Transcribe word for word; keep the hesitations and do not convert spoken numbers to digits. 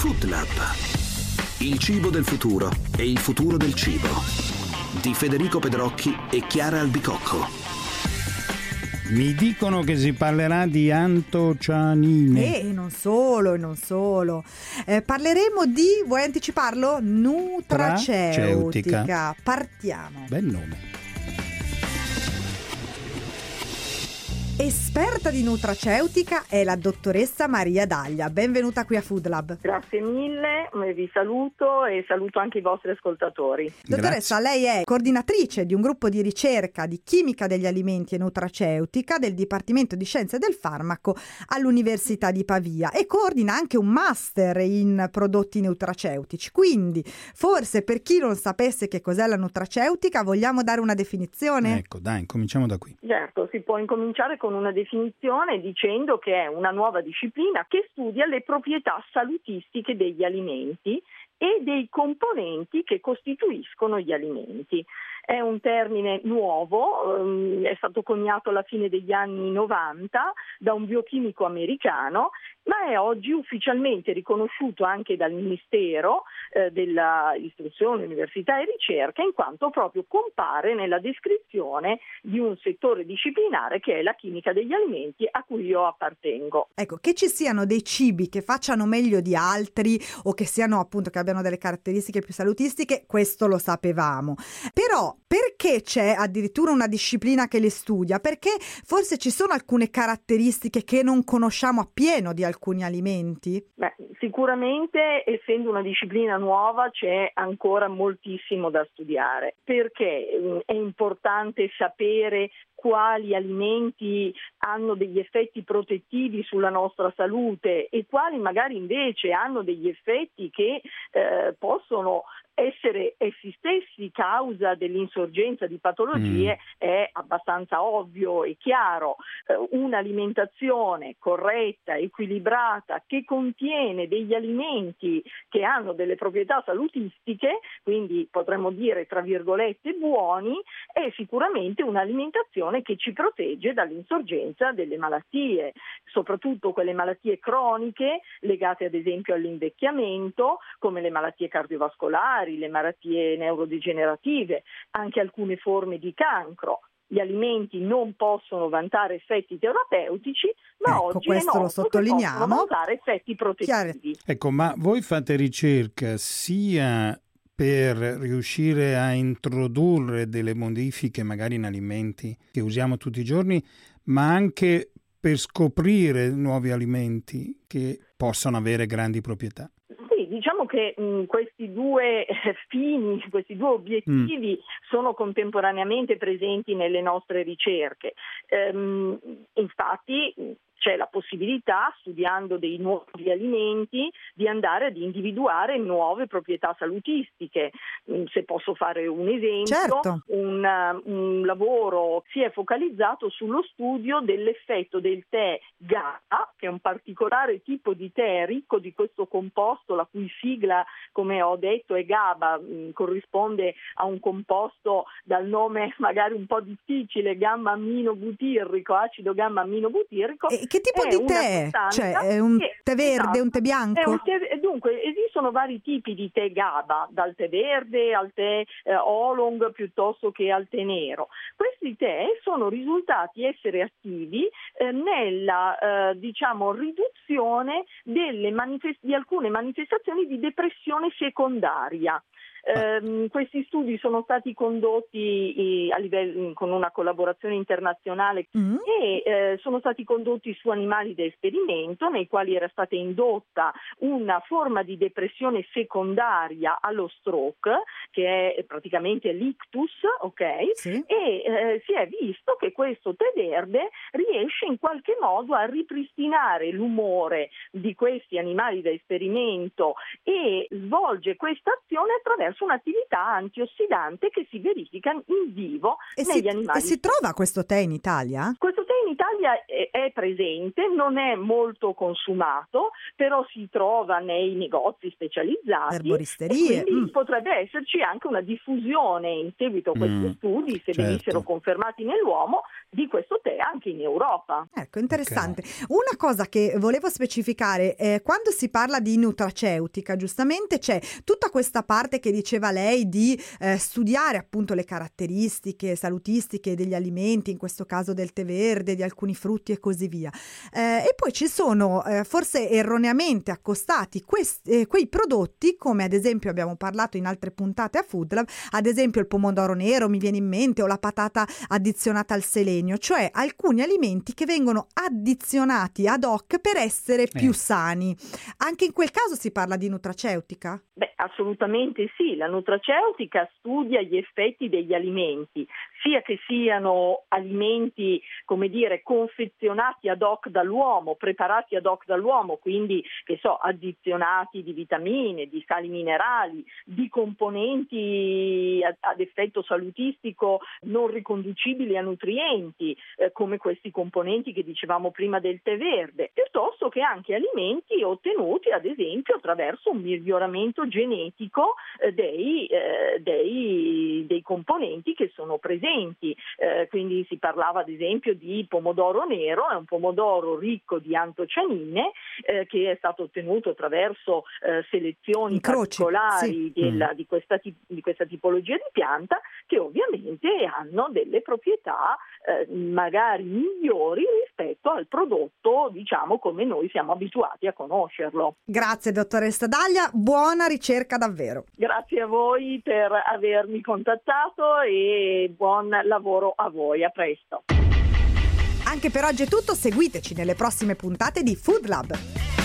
Food Lab. Il cibo del futuro e il futuro del cibo. Di Federico Pedrocchi e Chiara Albicocco. Mi dicono che si parlerà di antocianine. E non solo, e non solo. Eh, parleremo di, vuoi anticiparlo? Nutraceutica. Traceutica. Partiamo. Bel nome. Esperta di nutraceutica è la dottoressa Maria Daglia. Benvenuta qui a Food Lab. Grazie mille, vi saluto e saluto anche i vostri ascoltatori. Dottoressa, lei è coordinatrice di un gruppo di ricerca di chimica degli alimenti e nutraceutica del Dipartimento di Scienze del Farmaco all'Università di Pavia e coordina anche un master in prodotti nutraceutici. Quindi, forse per chi non sapesse che cos'è la nutraceutica, vogliamo dare una definizione? Ecco, dai, cominciamo da qui. Certo, si può incominciare con una definizione dicendo che è una nuova disciplina che studia le proprietà salutistiche degli alimenti e dei componenti che costituiscono gli alimenti. È un termine nuovo, ehm, è stato coniato alla fine degli anni novanta da un biochimico americano, ma è oggi ufficialmente riconosciuto anche dal Ministero eh, dell'Istruzione, Università e Ricerca, in quanto proprio compare nella descrizione di un settore disciplinare che è la chimica degli alimenti a cui io appartengo. Ecco, che ci siano dei cibi che facciano meglio di altri o che siano appunto che abbiano delle caratteristiche più salutistiche, questo lo sapevamo. Però perché c'è addirittura una disciplina che le studia? Perché forse ci sono alcune caratteristiche che non conosciamo appieno di alcuni alimenti? Beh, sicuramente essendo una disciplina nuova c'è ancora moltissimo da studiare, perché mh, è importante sapere quali alimenti hanno degli effetti protettivi sulla nostra salute e quali magari invece hanno degli effetti che eh, possono essere essi stessi causa dell'insorgenza di patologie. Mm. È abbastanza ovvio e chiaro. Eh, un'alimentazione corretta, equilibrata, che contiene degli alimenti che hanno delle proprietà salutistiche, quindi potremmo dire tra virgolette buoni, è sicuramente un'alimentazione che ci protegge dall'insorgenza delle malattie, soprattutto quelle malattie croniche legate ad esempio all'invecchiamento, come le malattie cardiovascolari, le malattie neurodegenerative, anche alcune forme di cancro. Gli alimenti non possono vantare effetti terapeutici, ma ecco, oggi questo è lo noto sottolineiamo. che possono vantare effetti protettivi. Chiaro. Ecco, ma voi fate ricerca sia per riuscire a introdurre delle modifiche magari in alimenti che usiamo tutti i giorni, ma anche per scoprire nuovi alimenti che possano avere grandi proprietà? Sì, diciamo che mh, questi due eh, fini, questi due obiettivi mm. sono contemporaneamente presenti nelle nostre ricerche. Ehm, infatti c'è la possibilità, studiando dei nuovi alimenti, di andare ad individuare nuove proprietà salutistiche. Se posso fare un esempio, certo. un, un lavoro si è focalizzato sullo studio dell'effetto del tè GABA, che è un particolare tipo di tè ricco di questo composto, la cui sigla, come ho detto, è GABA, mh, corrisponde a un composto dal nome magari un po' difficile, gamma-aminobutirrico, acido gamma-aminobutirrico. E che tipo di tè? Cioè, è un che, tè verde, esatto, un tè bianco? È un tè, dunque, esistono vari tipi di tè GABA, dal tè verde al tè eh, oolong piuttosto che al tè nero. Questi tè sono risultati essere attivi eh, nella eh, diciamo riduzione delle manifest- di alcune manifestazioni di depressione secondaria. Eh, questi studi sono stati condotti eh, a livello, con una collaborazione internazionale mm. e eh, sono stati condotti su animali da esperimento nei quali era stata indotta una forma di depressione secondaria allo stroke, che è praticamente l'ictus, ok? Sì. E eh, si è visto che questo tè verde riesce in qualche modo a ripristinare l'umore di questi animali da esperimento e svolge questa azione attraverso attraverso un'attività antiossidante che si verifica in vivo e negli si, animali. E si trova questo tè in Italia? Questo tè in Italia è, è presente, non è molto consumato, però si trova nei negozi specializzati. Erboristerie. E quindi mm. potrebbe esserci anche una diffusione in seguito a questi Mm, studi, se certo. venissero confermati nell'uomo, di questo tè anche in Europa. Ecco, interessante. Okay. Una cosa che volevo specificare, eh, quando si parla di nutraceutica, giustamente c'è tutta questa parte che diceva lei di eh, studiare appunto le caratteristiche salutistiche degli alimenti, in questo caso del tè verde, di alcuni frutti e così via. Eh, e poi ci sono eh, forse erroneamente accostati questi, eh, quei prodotti, come ad esempio abbiamo parlato in altre puntate a Food Lab, ad esempio il pomodoro nero mi viene in mente, o la patata addizionata al selenio, cioè alcuni alimenti che vengono addizionati ad hoc per essere più eh. sani. Anche in quel caso si parla di nutraceutica? Beh, assolutamente sì, la nutraceutica studia gli effetti degli alimenti, sia che siano alimenti, come dire, confezionati ad hoc dall'uomo, preparati ad hoc dall'uomo, quindi che so, addizionati di vitamine, di sali minerali, di componenti ad, ad effetto salutistico non riconducibili a nutrienti, eh, come questi componenti che dicevamo prima del tè verde, piuttosto che anche alimenti ottenuti ad esempio attraverso un miglioramento genetico eh, dei, eh, dei, dei componenti che sono presenti. Eh, quindi si parlava ad esempio di pomodoro nero, è un pomodoro ricco di antocianine eh, che è stato ottenuto attraverso eh, selezioni Incroci, particolari sì. della, mm. di, questa, di questa tipologia di pianta, che ovviamente hanno delle proprietà eh, magari migliori rispetto al prodotto, diciamo, come noi siamo abituati a conoscerlo. Grazie dottoressa Daglia, buona ricerca davvero. Grazie a voi per avermi contattato e buon lavoro a voi, a presto. Anche per oggi è tutto, seguiteci nelle prossime puntate di Food Lab.